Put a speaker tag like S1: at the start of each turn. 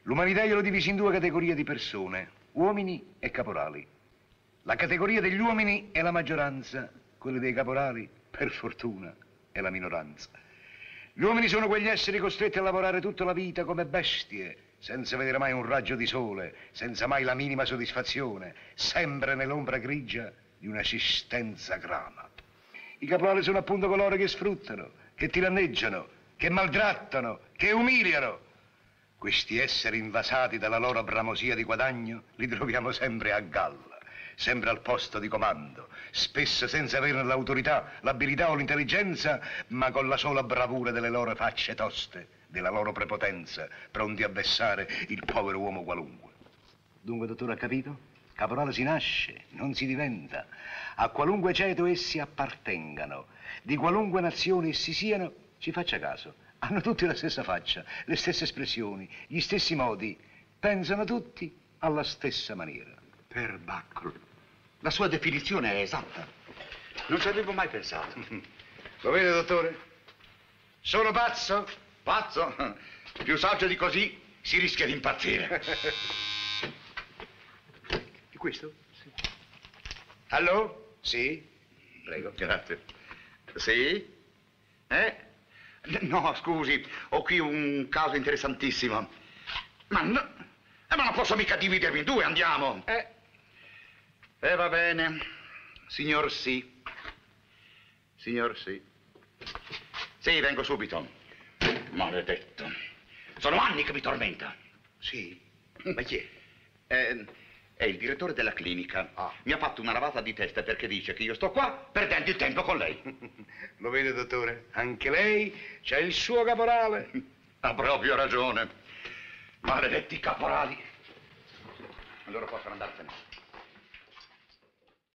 S1: L'umanità io l'ho divisa in due categorie di persone, uomini e caporali. La categoria degli uomini è la maggioranza, quella dei caporali, per fortuna, è la minoranza. Gli uomini sono quegli esseri costretti a lavorare tutta la vita come bestie, senza vedere mai un raggio di sole, senza mai la minima soddisfazione, sempre nell'ombra grigia di un'esistenza grama. I caporali sono appunto coloro che sfruttano, che tiranneggiano, che maltrattano, che umiliano. Questi esseri invasati dalla loro bramosia di guadagno li troviamo sempre a galla, sempre al posto di comando, spesso senza averne l'autorità, l'abilità o l'intelligenza, ma con la sola bravura delle loro facce toste, della loro prepotenza, pronti a vessare il povero uomo qualunque. Dunque, dottore, ha capito? Caporale si nasce, non si diventa. A qualunque ceto essi appartengano, di qualunque nazione essi siano, ci faccia caso, hanno tutti la stessa faccia, le stesse espressioni, gli stessi modi, pensano tutti alla stessa maniera.
S2: Perbacco. La sua definizione è esatta. Non ci avevo mai pensato.
S1: Lo vede, dottore? Sono pazzo?
S2: Pazzo? Più saggio di così si rischia di impazzire.
S1: E questo? Sì. Allo? Sì? Prego.
S2: Grazie. Sì? No, scusi, ho qui un caso interessantissimo. Ma non posso mica dividermi in due, andiamo. Va bene. Signor sì. Signor sì. Sì, vengo subito. Maledetto. Sono anni che mi tormenta.
S1: Sì? Ma chi
S2: è? È il direttore della clinica. Mi ha fatto una lavata di testa perché dice che io sto qua perdendo il tempo con lei.
S1: Lo vede, dottore? Anche lei c'ha il suo caporale.
S2: Ha proprio ragione. Maledetti caporali. Allora possono andarsene.